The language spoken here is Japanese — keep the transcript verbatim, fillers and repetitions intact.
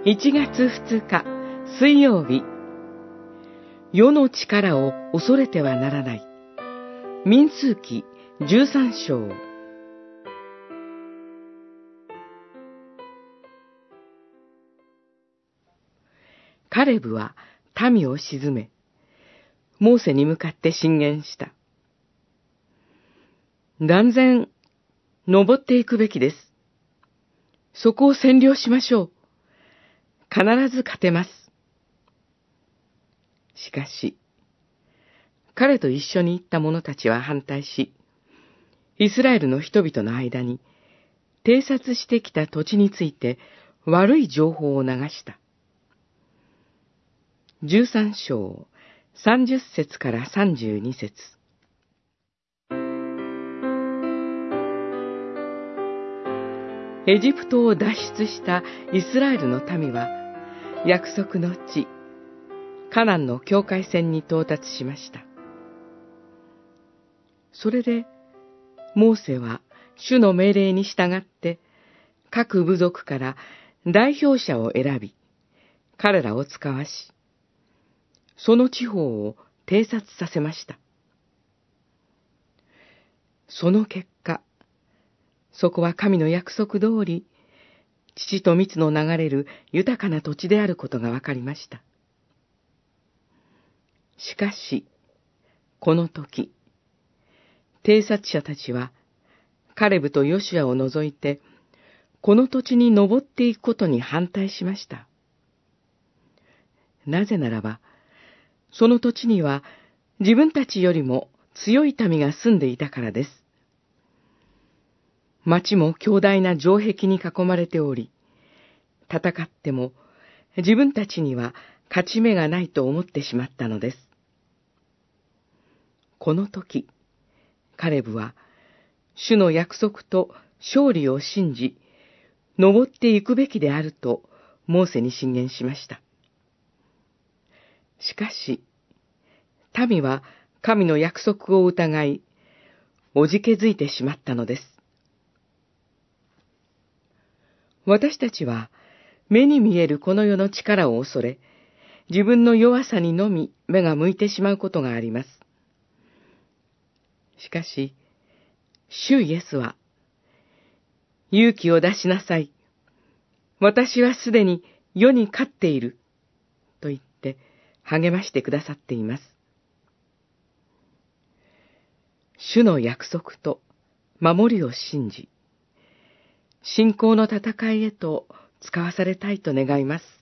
いちがつふつか水曜日、世の力を恐れてはならない。民数記じゅうさん章。カレブは民を鎮め、モーセに向かって進言した。断然登っていくべきです。そこを占領しましょう。必ず勝てます。しかし、彼と一緒に行った者たちは反対し、イスラエルの人々の間に、偵察してきた土地について悪い情報を流した。じゅうさん章さんじゅっ節からさんじゅうに節。エジプトを脱出したイスラエルの民は、約束の地、カナンの境界線に到達しました。それで、モーセは主の命令に従って、各部族から代表者を選び、彼らを使わし、その地方を偵察させました。その結果、そこは神の約束通り、乳と蜜の流れる豊かな土地であることがわかりました。しかし、この時、偵察者たちは、カレブとヨシュアを除いて、この土地に登っていくことに反対しました。なぜならば、その土地には自分たちよりも強い民が住んでいたからです。町も強大な城壁に囲まれており、戦っても自分たちには勝ち目がないと思ってしまったのです。この時、カレブは主の約束と勝利を信じ、登っていくべきであるとモーセに進言しました。しかし、民は神の約束を疑い、おじけづいてしまったのです。私たちは目に見えるこの世の力を恐れ、自分の弱さにのみ目が向いてしまうことがあります。しかし、主イエスは、勇気を出しなさい。私はすでに世に勝っている。と言って励ましてくださっています。主の約束と守りを信じ、信仰の戦いへと使わされたいと願います。